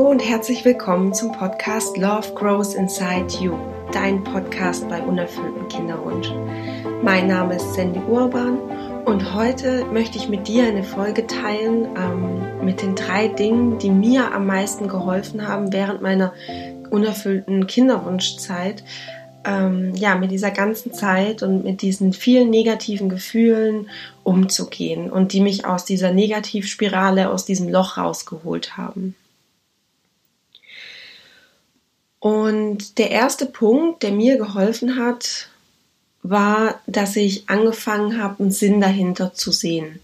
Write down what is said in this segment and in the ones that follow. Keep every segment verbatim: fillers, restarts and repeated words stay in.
Hallo und herzlich willkommen zum Podcast Love Grows Inside You, dein Podcast bei unerfülltem Kinderwunsch. Mein Name ist Sandy Urban und heute möchte ich mit dir eine Folge teilen ähm, mit den drei Dingen, die mir am meisten geholfen haben während meiner unerfüllten Kinderwunschzeit. Ähm, ja, mit dieser ganzen Zeit und mit diesen vielen negativen Gefühlen umzugehen und die mich aus dieser Negativspirale, aus diesem Loch rausgeholt haben. Und der erste Punkt, der mir geholfen hat, war, dass ich angefangen habe, einen Sinn dahinter zu sehen.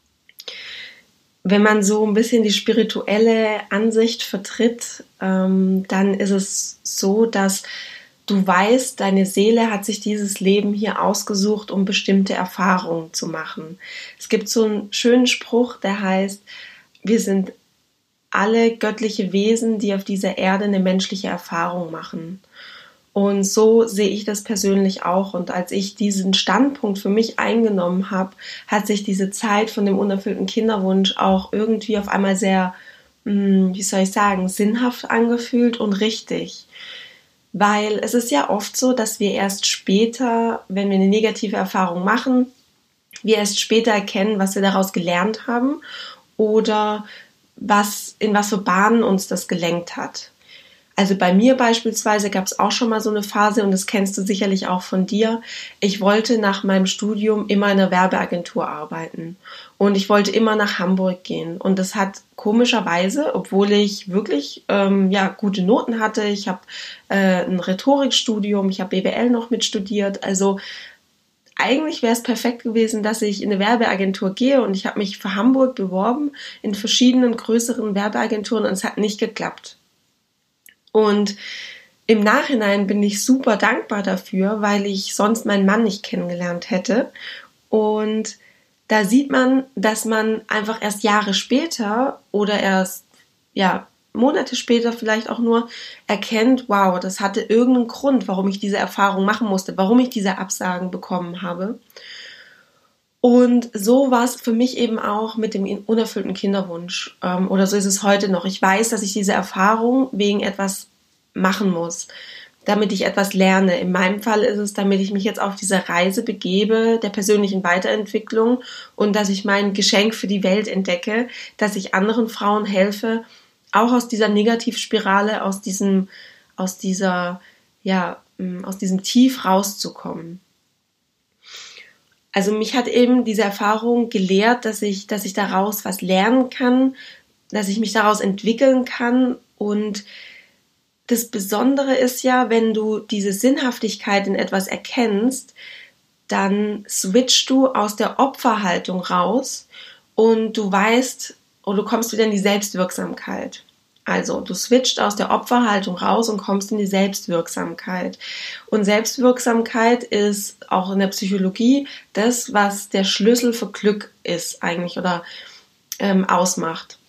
Wenn man so ein bisschen die spirituelle Ansicht vertritt, ähm, dann ist es so, dass du weißt, deine Seele hat sich dieses Leben hier ausgesucht, um bestimmte Erfahrungen zu machen. Es gibt so einen schönen Spruch, der heißt, wir sind alle göttliche Wesen, die auf dieser Erde eine menschliche Erfahrung machen. Und so sehe ich das persönlich auch. Und als ich diesen Standpunkt für mich eingenommen habe, hat sich diese Zeit von dem unerfüllten Kinderwunsch auch irgendwie auf einmal sehr, wie soll ich sagen, sinnhaft angefühlt und richtig. Weil es ist ja oft so, dass wir erst später, wenn wir eine negative Erfahrung machen, wir erst später erkennen, was wir daraus gelernt haben oder was, in was für Bahnen uns das gelenkt hat. Also bei mir beispielsweise gab es auch schon mal so eine Phase, und das kennst du sicherlich auch von dir. Ich wollte nach meinem Studium immer in einer Werbeagentur arbeiten und ich wollte immer nach Hamburg gehen. Und das hat komischerweise, obwohl ich wirklich ähm, ja gute Noten hatte, ich habe äh, ein Rhetorikstudium, ich habe B W L noch mitstudiert, also eigentlich wäre es perfekt gewesen, dass ich in eine Werbeagentur gehe, und ich habe mich für Hamburg beworben in verschiedenen größeren Werbeagenturen und es hat nicht geklappt. Und im Nachhinein bin ich super dankbar dafür, weil ich sonst meinen Mann nicht kennengelernt hätte. Und da sieht man, dass man einfach erst Jahre später oder erst ja Monate später vielleicht auch nur erkennt, wow, das hatte irgendeinen Grund, warum ich diese Erfahrung machen musste, warum ich diese Absagen bekommen habe. Und so war es für mich eben auch mit dem unerfüllten Kinderwunsch. Ähm, oder so ist es heute noch. Ich weiß, dass ich diese Erfahrung wegen etwas machen muss, damit ich etwas lerne. In meinem Fall ist es, damit ich mich jetzt auf diese Reise begebe, der persönlichen Weiterentwicklung, und dass ich mein Geschenk für die Welt entdecke, dass ich anderen Frauen helfe, auch aus dieser Negativspirale, aus diesem, aus dieser, ja, aus diesem Tief rauszukommen. Also mich hat eben diese Erfahrung gelehrt, dass ich, dass ich daraus was lernen kann, dass ich mich daraus entwickeln kann. Und das Besondere ist ja, wenn du diese Sinnhaftigkeit in etwas erkennst, dann switchst du aus der Opferhaltung raus und du weißt, oder du kommst wieder in die Selbstwirksamkeit. Also du switcht aus der Opferhaltung raus und kommst in die Selbstwirksamkeit. Und Selbstwirksamkeit ist auch in der Psychologie das, was der Schlüssel für Glück ist eigentlich oder ähm, ausmacht.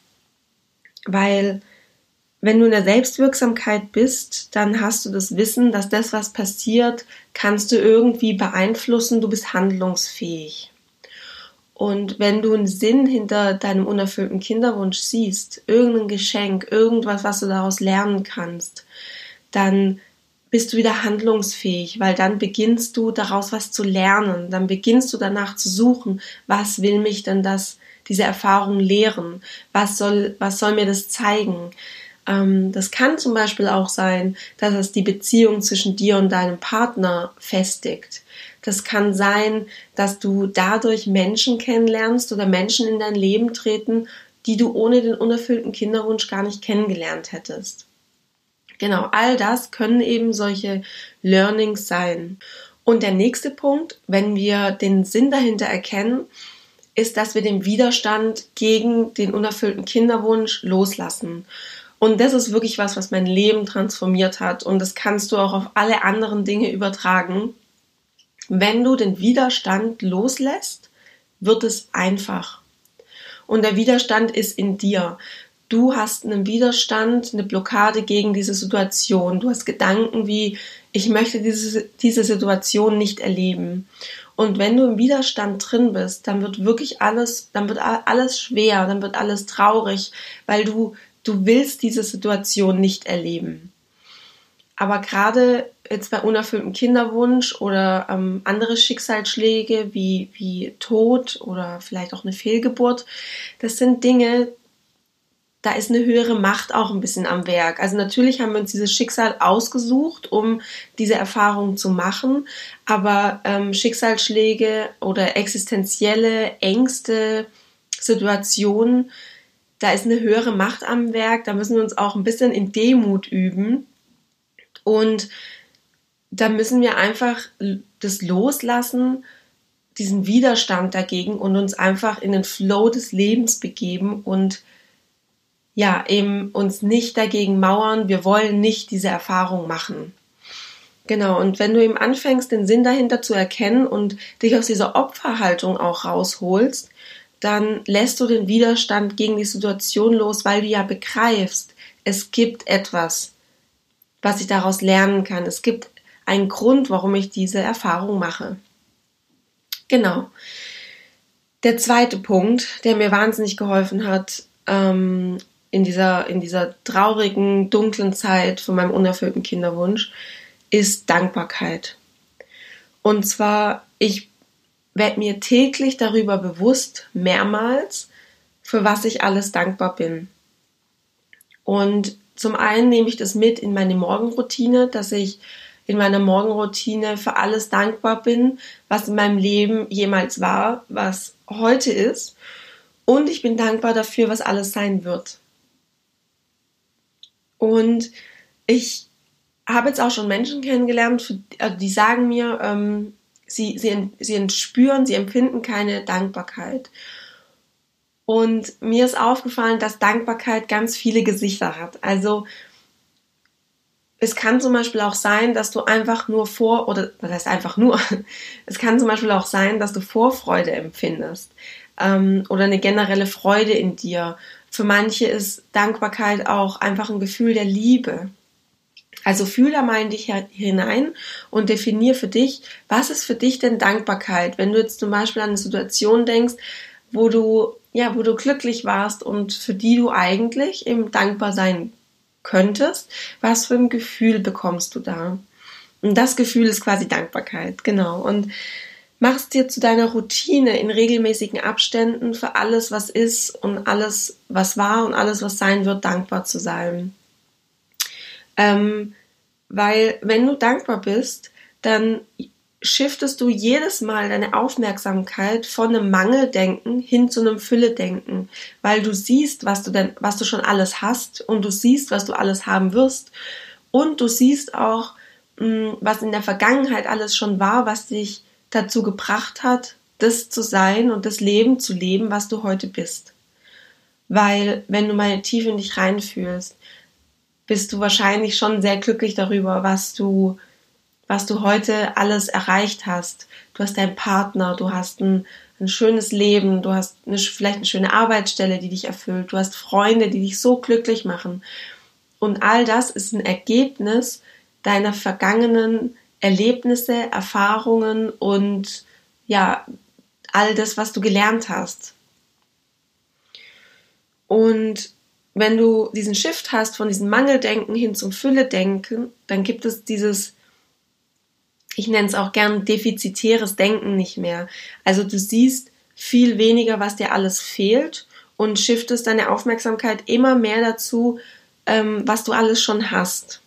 Weil wenn du in der Selbstwirksamkeit bist, dann hast du das Wissen, dass das, was passiert, kannst du irgendwie beeinflussen, du bist handlungsfähig. Und wenn du einen Sinn hinter deinem unerfüllten Kinderwunsch siehst, irgendein Geschenk, irgendwas, was du daraus lernen kannst, dann bist du wieder handlungsfähig, weil dann beginnst du daraus was zu lernen, dann beginnst du danach zu suchen, was will mich denn das, diese Erfahrung lehren, was soll, was soll mir das zeigen. Ähm, das kann zum Beispiel auch sein, dass es die Beziehung zwischen dir und deinem Partner festigt. Das kann sein, dass du dadurch Menschen kennenlernst oder Menschen in dein Leben treten, die du ohne den unerfüllten Kinderwunsch gar nicht kennengelernt hättest. Genau, all das können eben solche Learnings sein. Und der nächste Punkt, wenn wir den Sinn dahinter erkennen, ist, dass wir den Widerstand gegen den unerfüllten Kinderwunsch loslassen. Und das ist wirklich was, was mein Leben transformiert hat. Und das kannst du auch auf alle anderen Dinge übertragen. Wenn du den Widerstand loslässt, wird es einfach. Und der Widerstand ist in dir. Du hast einen Widerstand, eine Blockade gegen diese Situation. Du hast Gedanken wie, ich möchte diese, diese Situation nicht erleben. Und wenn du im Widerstand drin bist, dann wird wirklich alles, dann wird alles schwer, dann wird alles traurig, weil du du willst diese Situation nicht erleben. Aber gerade jetzt bei unerfülltem Kinderwunsch oder ähm, andere Schicksalsschläge wie, wie Tod oder vielleicht auch eine Fehlgeburt, das sind Dinge, da ist eine höhere Macht auch ein bisschen am Werk. Also natürlich haben wir uns dieses Schicksal ausgesucht, um diese Erfahrung zu machen, aber ähm, Schicksalsschläge oder existenzielle Ängste, Situationen, da ist eine höhere Macht am Werk, da müssen wir uns auch ein bisschen in Demut üben und da müssen wir einfach das loslassen, diesen Widerstand dagegen und uns einfach in den Flow des Lebens begeben und ja, eben uns nicht dagegen mauern, wir wollen nicht diese Erfahrung machen. Genau, und wenn du eben anfängst, den Sinn dahinter zu erkennen und dich aus dieser Opferhaltung auch rausholst, dann lässt du den Widerstand gegen die Situation los, weil du ja begreifst, es gibt etwas, was ich daraus lernen kann. Es gibt einen Grund, warum ich diese Erfahrung mache. Genau. Der zweite Punkt, der mir wahnsinnig geholfen hat, ähm, in dieser, in dieser traurigen, dunklen Zeit von meinem unerfüllten Kinderwunsch, ist Dankbarkeit. Und zwar, ich werde mir täglich darüber bewusst, mehrmals, für was ich alles dankbar bin. Und zum einen nehme ich das mit in meine Morgenroutine, dass ich in meiner Morgenroutine für alles dankbar bin, was in meinem Leben jemals war, was heute ist. Und ich bin dankbar dafür, was alles sein wird. Und ich habe jetzt auch schon Menschen kennengelernt, die sagen mir, ähm, sie, sie, sie spüren, sie empfinden keine Dankbarkeit. Und mir ist aufgefallen, dass Dankbarkeit ganz viele Gesichter hat. Also es kann zum Beispiel auch sein, dass du einfach nur vor, oder was heißt einfach nur, es kann zum Beispiel auch sein, dass du Vorfreude empfindest ähm, oder eine generelle Freude in dir. Für manche ist Dankbarkeit auch einfach ein Gefühl der Liebe. Also fühl da mal in dich hinein und definier für dich, was ist für dich denn Dankbarkeit? Wenn du jetzt zum Beispiel an eine Situation denkst, wo du, ja, wo du glücklich warst und für die du eigentlich eben dankbar sein könntest, was für ein Gefühl bekommst du da? Und das Gefühl ist quasi Dankbarkeit, genau. Und machst dir zu deiner Routine in regelmäßigen Abständen für alles, was ist und alles, was war und alles, was sein wird, dankbar zu sein. Ähm, weil wenn du dankbar bist, dann shiftest du jedes Mal deine Aufmerksamkeit von einem Mangeldenken hin zu einem Fülledenken, weil du siehst, was du denn, was du schon alles hast und du siehst, was du alles haben wirst und du siehst auch, was in der Vergangenheit alles schon war, was dich dazu gebracht hat, das zu sein und das Leben zu leben, was du heute bist. Weil, wenn du mal tief in dich reinfühlst, bist du wahrscheinlich schon sehr glücklich darüber, was du, was du heute alles erreicht hast. Du hast deinen Partner, du hast ein, ein schönes Leben, du hast eine, vielleicht eine schöne Arbeitsstelle, die dich erfüllt, du hast Freunde, die dich so glücklich machen. Und all das ist ein Ergebnis deiner vergangenen Erlebnisse, Erfahrungen und ja, all das, was du gelernt hast. Und wenn du diesen Shift hast von diesem Mangeldenken hin zum Fülledenken, dann gibt es dieses, ich nenne es auch gern defizitäres Denken nicht mehr. Also du siehst viel weniger, was dir alles fehlt und shiftest deine Aufmerksamkeit immer mehr dazu, ähm, was du alles schon hast.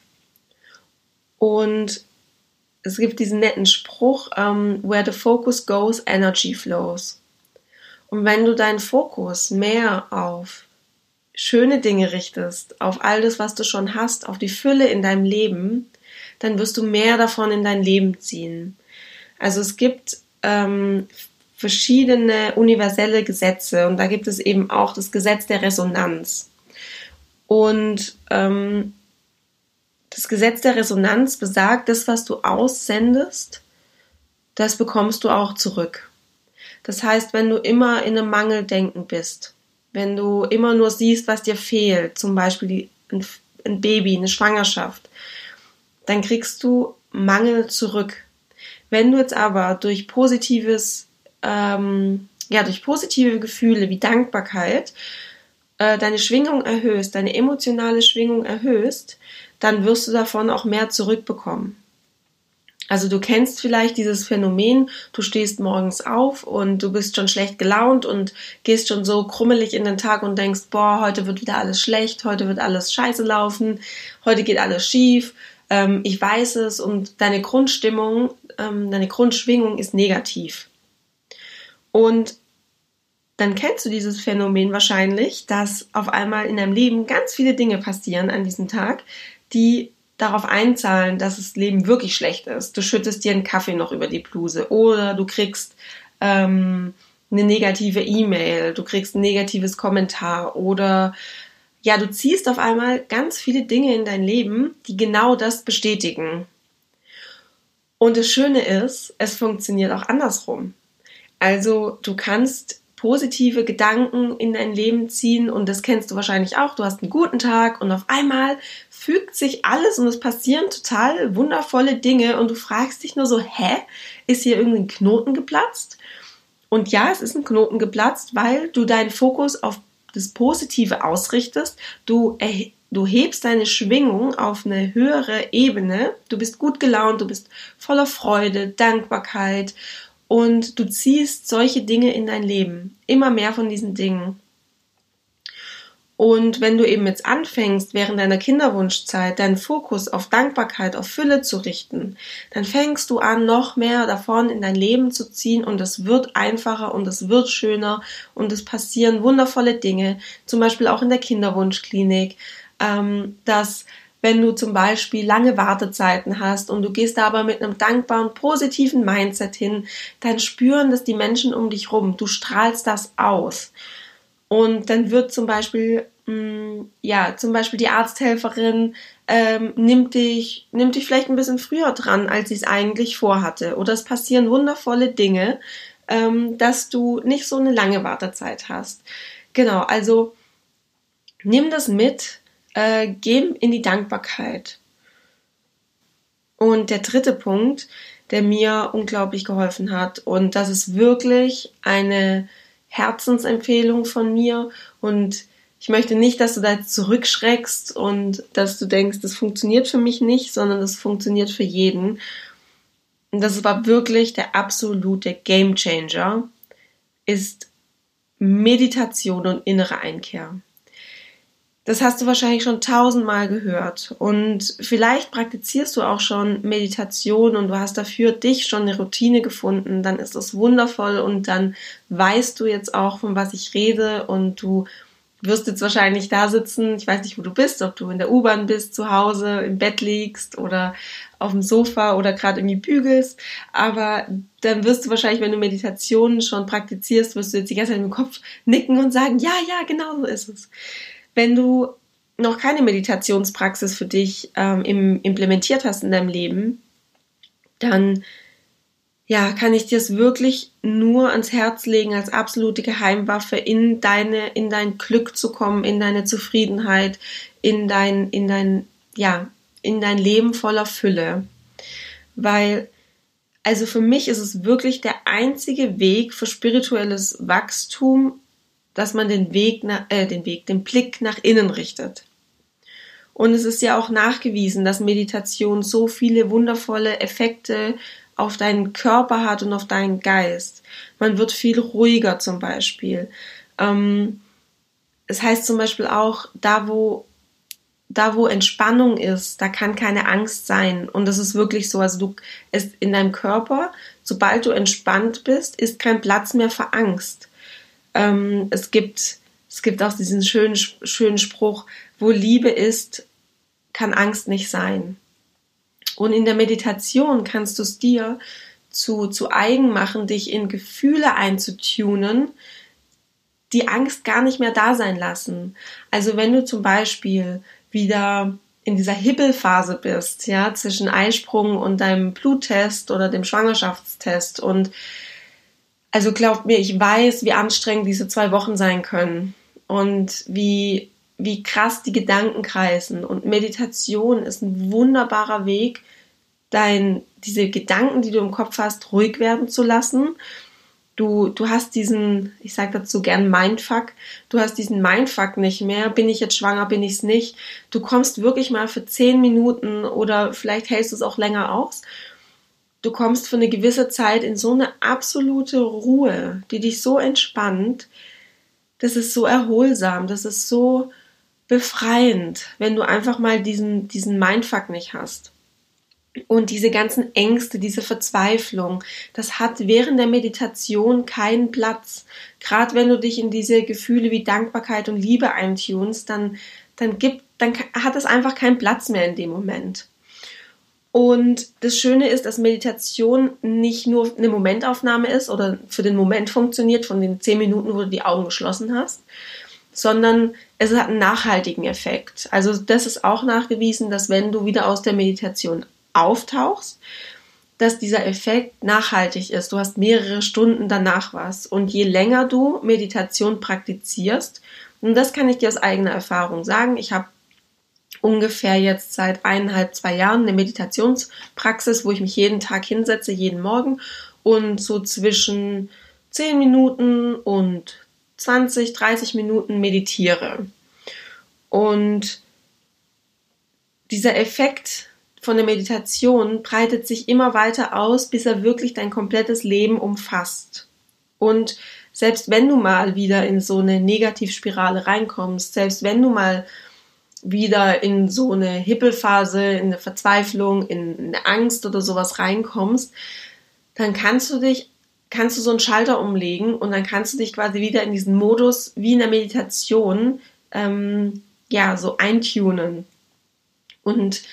Und es gibt diesen netten Spruch, um, where the focus goes, energy flows. Und wenn du deinen Fokus mehr auf schöne Dinge richtest, auf all das, was du schon hast, auf die Fülle in deinem Leben, dann wirst du mehr davon in dein Leben ziehen. Also es gibt ähm, verschiedene universelle Gesetze und da gibt es eben auch das Gesetz der Resonanz. Und ähm, das Gesetz der Resonanz besagt, das, was du aussendest, das bekommst du auch zurück. Das heißt, wenn du immer in einem Mangeldenken bist, wenn du immer nur siehst, was dir fehlt, zum Beispiel die, ein, ein Baby, eine Schwangerschaft, dann kriegst du Mangel zurück. Wenn du jetzt aber durch positives, ähm, ja, durch positive Gefühle wie Dankbarkeit äh, deine Schwingung erhöhst, deine emotionale Schwingung erhöhst, dann wirst du davon auch mehr zurückbekommen. Also du kennst vielleicht dieses Phänomen, du stehst morgens auf und du bist schon schlecht gelaunt und gehst schon so krummelig in den Tag und denkst, boah, heute wird wieder alles schlecht, heute wird alles scheiße laufen, heute geht alles schief, ähm, ich weiß es, und deine Grundstimmung, ähm, deine Grundschwingung ist negativ. Und dann kennst du dieses Phänomen wahrscheinlich, dass auf einmal in deinem Leben ganz viele Dinge passieren an diesem Tag, die darauf einzahlen, dass das Leben wirklich schlecht ist. Du schüttest dir einen Kaffee noch über die Bluse oder du kriegst ähm, eine negative E-Mail, du kriegst ein negatives Kommentar oder ja, du ziehst auf einmal ganz viele Dinge in dein Leben, die genau das bestätigen. Und das Schöne ist, es funktioniert auch andersrum. Also du kannst positive Gedanken in dein Leben ziehen und das kennst du wahrscheinlich auch. Du hast einen guten Tag und auf einmal fügt sich alles und es passieren total wundervolle Dinge und du fragst dich nur so, hä, ist hier irgendein Knoten geplatzt? Und ja, es ist ein Knoten geplatzt, weil du deinen Fokus auf das Positive ausrichtest. Du, erhe- du hebst deine Schwingung auf eine höhere Ebene. Du bist gut gelaunt, du bist voller Freude, Dankbarkeit. Und du ziehst solche Dinge in dein Leben. Immer mehr von diesen Dingen. Und wenn du eben jetzt anfängst, während deiner Kinderwunschzeit deinen Fokus auf Dankbarkeit, auf Fülle zu richten, dann fängst du an, noch mehr davon in dein Leben zu ziehen und es wird einfacher und es wird schöner und es passieren wundervolle Dinge. Zum Beispiel auch in der Kinderwunschklinik, ähm, dass wenn du zum Beispiel lange Wartezeiten hast und du gehst da aber mit einem dankbaren, positiven Mindset hin, dann spüren das die Menschen um dich rum. Du strahlst das aus. Und dann wird zum Beispiel, mh, ja, zum Beispiel die Arzthelferin ähm, nimmt dich, nimmt dich vielleicht ein bisschen früher dran, als sie es eigentlich vorhatte. Oder es passieren wundervolle Dinge, ähm, dass du nicht so eine lange Wartezeit hast. Genau, also nimm das mit. Äh, gehen in die Dankbarkeit. Und der dritte Punkt, der mir unglaublich geholfen hat, und das ist wirklich eine Herzensempfehlung von mir, und ich möchte nicht, dass du da jetzt zurückschreckst und dass du denkst, das funktioniert für mich nicht, sondern das funktioniert für jeden. Und das war wirklich der absolute Gamechanger, ist Meditation und innere Einkehr. Das hast du wahrscheinlich schon tausendmal gehört und vielleicht praktizierst du auch schon Meditation und du hast dafür dich schon eine Routine gefunden, dann ist das wundervoll und dann weißt du jetzt auch, von was ich rede, und du wirst jetzt wahrscheinlich da sitzen, ich weiß nicht, wo du bist, ob du in der U-Bahn bist, zu Hause, im Bett liegst oder auf dem Sofa oder gerade irgendwie bügelst, aber dann wirst du wahrscheinlich, wenn du Meditationen schon praktizierst, wirst du jetzt die ganze Zeit im Kopf nicken und sagen, ja, ja, genau so ist es. Wenn du noch keine Meditationspraxis für dich ähm, im, implementiert hast in deinem Leben, dann ja, kann ich dir es wirklich nur ans Herz legen, als absolute Geheimwaffe in deine, in dein Glück zu kommen, in deine Zufriedenheit, in dein, in dein, ja, in dein Leben voller Fülle. Weil, also für mich ist es wirklich der einzige Weg für spirituelles Wachstum, dass man den Weg, nach, äh, den Weg, den Blick nach innen richtet. Und es ist ja auch nachgewiesen, dass Meditation so viele wundervolle Effekte auf deinen Körper hat und auf deinen Geist. Man wird viel ruhiger zum Beispiel. Ähm, es heißt zum Beispiel auch, da wo, da wo Entspannung ist, da kann keine Angst sein. Und das ist wirklich so. Also du, es in deinem Körper, sobald du entspannt bist, ist kein Platz mehr für Angst. Ähm, es gibt, es gibt auch diesen schönen, schönen Spruch, wo Liebe ist, kann Angst nicht sein. Und in der Meditation kannst du es dir zu, zu eigen machen, dich in Gefühle einzutunen, die Angst gar nicht mehr da sein lassen. Also wenn du zum Beispiel wieder in dieser Hibbelphase bist, ja, zwischen Eisprung und deinem Bluttest oder dem Schwangerschaftstest, und also glaubt mir, ich weiß, wie anstrengend diese zwei Wochen sein können und wie, wie krass die Gedanken kreisen. Und Meditation ist ein wunderbarer Weg, dein, diese Gedanken, die du im Kopf hast, ruhig werden zu lassen Du, du hast diesen, ich sage dazu gern Mindfuck, du hast diesen Mindfuck nicht mehr, bin ich jetzt schwanger, bin ich es nicht. Du kommst wirklich mal für zehn Minuten oder vielleicht hältst du es auch länger aus. Du kommst für eine gewisse Zeit in so eine absolute Ruhe, die dich so entspannt. Das ist so erholsam, das ist so befreiend, wenn du einfach mal diesen, diesen Mindfuck nicht hast. Und diese ganzen Ängste, diese Verzweiflung, das hat während der Meditation keinen Platz. Gerade wenn du dich in diese Gefühle wie Dankbarkeit und Liebe eintunst, dann, dann, gibt, dann hat es einfach keinen Platz mehr in dem Moment. Und das Schöne ist, dass Meditation nicht nur eine Momentaufnahme ist oder für den Moment funktioniert, von den zehn Minuten, wo du die Augen geschlossen hast, sondern es hat einen nachhaltigen Effekt. Also das ist auch nachgewiesen, dass wenn du wieder aus der Meditation auftauchst, dass dieser Effekt nachhaltig ist. Du hast mehrere Stunden danach was. Und je länger du Meditation praktizierst, und das kann ich dir aus eigener Erfahrung sagen, ich habe ungefähr jetzt seit eineinhalb, zwei Jahren eine Meditationspraxis, wo ich mich jeden Tag hinsetze, jeden Morgen und so zwischen zehn Minuten und zwanzig, dreißig Minuten meditiere. Und dieser Effekt von der Meditation breitet sich immer weiter aus, bis er wirklich dein komplettes Leben umfasst. Und selbst wenn du mal wieder in so eine Negativspirale reinkommst, selbst wenn du mal wieder in so eine Hippelphase, in eine Verzweiflung, in eine Angst oder sowas reinkommst, dann kannst du dich, kannst du so einen Schalter umlegen und dann kannst du dich quasi wieder in diesen Modus wie in der Meditation ähm, ja so eintunen. Und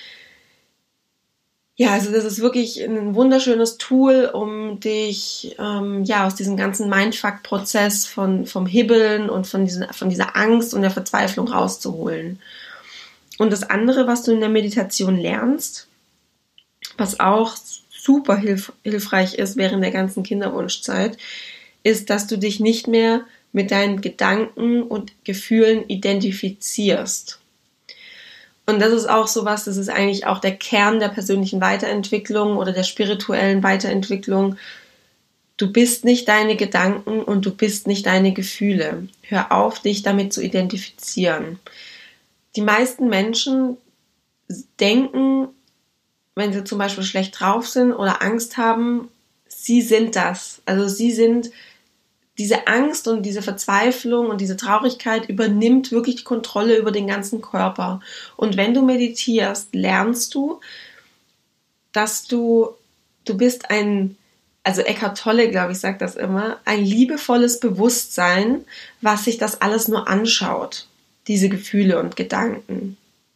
ja, also das ist wirklich ein wunderschönes Tool, um dich ähm, ja aus diesem ganzen Mindfuck-Prozess von vom Hibbeln und von diesen, von dieser Angst und der Verzweiflung rauszuholen. Und das andere, was du in der Meditation lernst, was auch super hilf- hilfreich ist während der ganzen Kinderwunschzeit, ist, dass du dich nicht mehr mit deinen Gedanken und Gefühlen identifizierst. Und das ist auch sowas, das ist eigentlich auch der Kern der persönlichen Weiterentwicklung oder der spirituellen Weiterentwicklung. Du bist nicht deine Gedanken und du bist nicht deine Gefühle. Hör auf, dich damit zu identifizieren. Die meisten Menschen denken, wenn sie zum Beispiel schlecht drauf sind oder Angst haben, sie sind das. Also sie sind diese Angst und diese Verzweiflung und diese Traurigkeit übernimmt wirklich die Kontrolle über den ganzen Körper. Und wenn du meditierst, lernst du, dass du, du bist ein, also Eckhart Tolle, glaube ich, sagt das immer, ein liebevolles Bewusstsein, was sich das alles nur anschaut, diese Gefühle und Gedanken.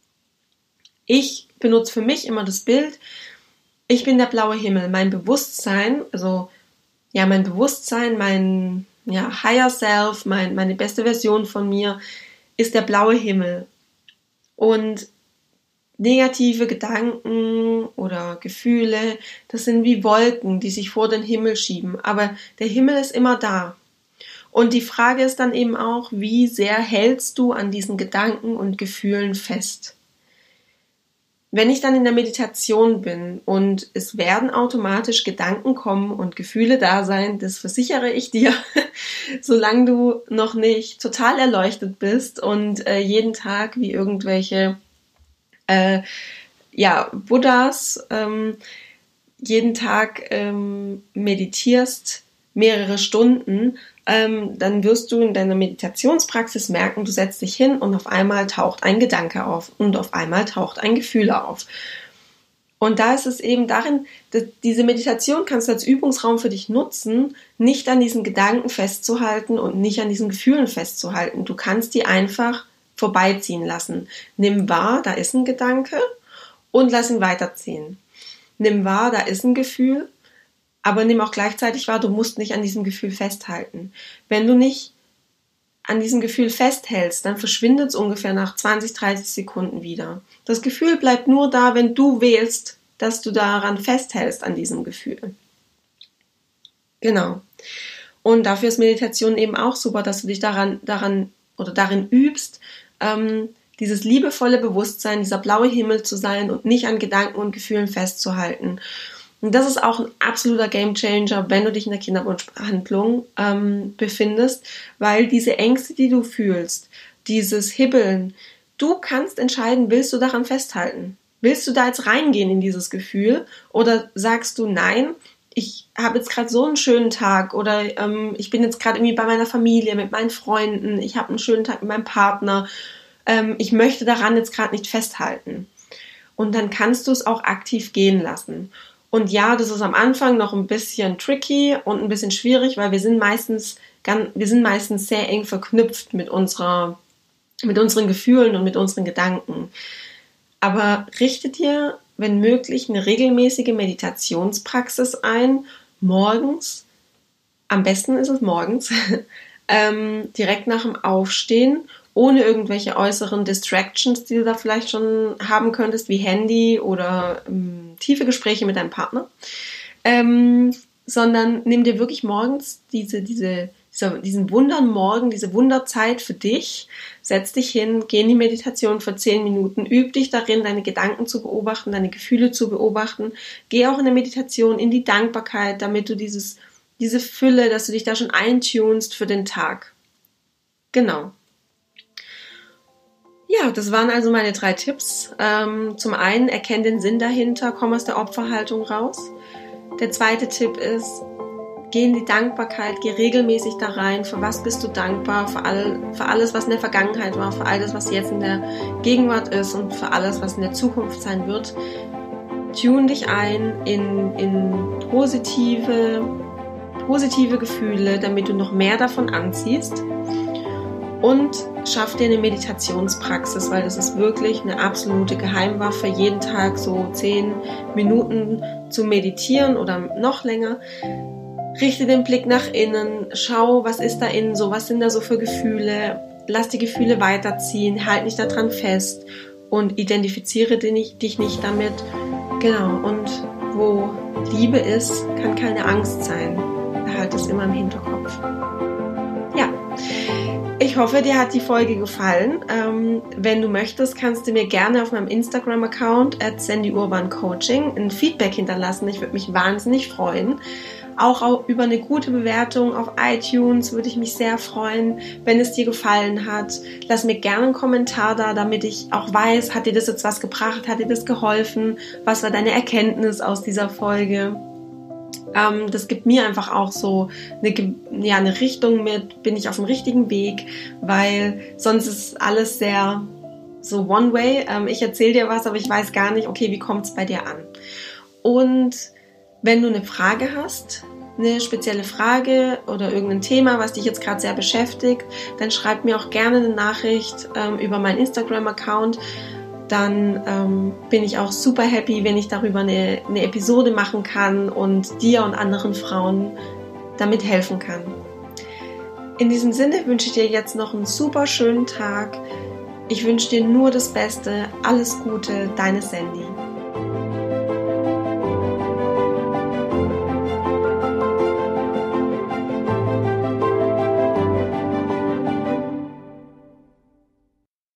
Ich benutze für mich immer das Bild, ich bin der blaue Himmel, mein Bewusstsein, also ja, mein Bewusstsein, mein ja, Higher Self, mein, meine beste Version von mir, ist der blaue Himmel. Und negative Gedanken oder Gefühle, das sind wie Wolken, die sich vor den Himmel schieben. Aber der Himmel ist immer da. Und die Frage ist dann eben auch, wie sehr hältst du an diesen Gedanken und Gefühlen fest? Wenn ich dann in der Meditation bin und es werden automatisch Gedanken kommen und Gefühle da sein, das versichere ich dir, solange du noch nicht total erleuchtet bist und äh, jeden Tag wie irgendwelche äh, ja, Buddhas ähm, jeden Tag ähm, meditierst, mehrere Stunden, ähm, dann wirst du in deiner Meditationspraxis merken, du setzt dich hin und auf einmal taucht ein Gedanke auf und auf einmal taucht ein Gefühl auf. Und da ist es eben darin, dass diese Meditation kannst du als Übungsraum für dich nutzen, nicht an diesen Gedanken festzuhalten und nicht an diesen Gefühlen festzuhalten. Du kannst die einfach vorbeiziehen lassen. Nimm wahr, da ist ein Gedanke und lass ihn weiterziehen. Nimm wahr, da ist ein Gefühl, aber nimm auch gleichzeitig wahr, du musst nicht an diesem Gefühl festhalten. Wenn du nicht an diesem Gefühl festhältst, dann verschwindet es ungefähr nach zwanzig, dreißig Sekunden wieder. Das Gefühl bleibt nur da, wenn du wählst, dass du daran festhältst an diesem Gefühl. Genau. Und dafür ist Meditation eben auch super, dass du dich daran, daran oder darin übst, ähm, dieses liebevolle Bewusstsein, dieser blaue Himmel zu sein und nicht an Gedanken und Gefühlen festzuhalten. Und das ist auch ein absoluter Gamechanger, wenn du dich in der Kinderwunschbehandlung ähm, befindest, weil diese Ängste, die du fühlst, dieses Hibbeln, du kannst entscheiden, willst du daran festhalten? Willst du da jetzt reingehen in dieses Gefühl oder sagst du, nein, ich habe jetzt gerade so einen schönen Tag oder ähm, ich bin jetzt gerade irgendwie bei meiner Familie, mit meinen Freunden, ich habe einen schönen Tag mit meinem Partner, ähm, ich möchte daran jetzt gerade nicht festhalten. Und dann kannst du es auch aktiv gehen lassen. Und ja, das ist am Anfang noch ein bisschen tricky und ein bisschen schwierig, weil wir sind meistens, wir sind meistens sehr eng verknüpft mit unserer, mit unseren Gefühlen und mit unseren Gedanken. Aber richte dir, wenn möglich, eine regelmäßige Meditationspraxis ein, morgens, am besten ist es morgens, ähm, direkt nach dem Aufstehen, ohne irgendwelche äußeren Distractions, die du da vielleicht schon haben könntest, wie Handy oder ähm, tiefe Gespräche mit deinem Partner, ähm, sondern nimm dir wirklich morgens diese, diese, dieser, diesen Wundermorgen, diese Wunderzeit für dich, setz dich hin, geh in die Meditation für zehn Minuten, üb dich darin, deine Gedanken zu beobachten, deine Gefühle zu beobachten, geh auch in der Meditation in die Dankbarkeit, damit du dieses, diese Fülle, dass du dich da schon eintunst für den Tag. Genau. Ja, das waren also meine drei Tipps. Ähm, zum einen, erkenn den Sinn dahinter, komm aus der Opferhaltung raus. Der zweite Tipp ist, geh in die Dankbarkeit, geh regelmäßig da rein. Für was bist du dankbar? Für, all, für alles, was in der Vergangenheit war, für alles, was jetzt in der Gegenwart ist und für alles, was in der Zukunft sein wird. Tune dich ein in, in positive, positive Gefühle, damit du noch mehr davon anziehst. Und schaff dir eine Meditationspraxis, weil das ist wirklich eine absolute Geheimwaffe, jeden Tag so zehn Minuten zu meditieren oder noch länger. Richte den Blick nach innen, schau, was ist da innen so, was sind da so für Gefühle, lass die Gefühle weiterziehen, halt nicht daran fest und identifiziere dich nicht, dich nicht damit. Genau, und wo Liebe ist, kann keine Angst sein. Behalte es immer im Hinterkopf. Ja. Ich hoffe, dir hat die Folge gefallen. Ähm, wenn du möchtest, kannst du mir gerne auf meinem Instagram-Account at sandyurbancoaching ein Feedback hinterlassen. Ich würde mich wahnsinnig freuen. Auch über eine gute Bewertung auf iTunes würde ich mich sehr freuen, wenn es dir gefallen hat. Lass mir gerne einen Kommentar da, damit ich auch weiß, hat dir das jetzt was gebracht, hat dir das geholfen, was war deine Erkenntnis aus dieser Folge. Ähm, das gibt mir einfach auch so eine, ja, eine Richtung mit, bin ich auf dem richtigen Weg, weil sonst ist alles sehr so one way. Ähm, ich erzähle dir was, aber ich weiß gar nicht, okay, wie kommt es bei dir an? Und wenn du eine Frage hast, eine spezielle Frage oder irgendein Thema, was dich jetzt gerade sehr beschäftigt, dann schreib mir auch gerne eine Nachricht ähm, über meinen Instagram-Account. Dann ähm, bin ich auch super happy, wenn ich darüber eine, eine Episode machen kann und dir und anderen Frauen damit helfen kann. In diesem Sinne wünsche ich dir jetzt noch einen super schönen Tag. Ich wünsche dir nur das Beste. Alles Gute, deine Sandy.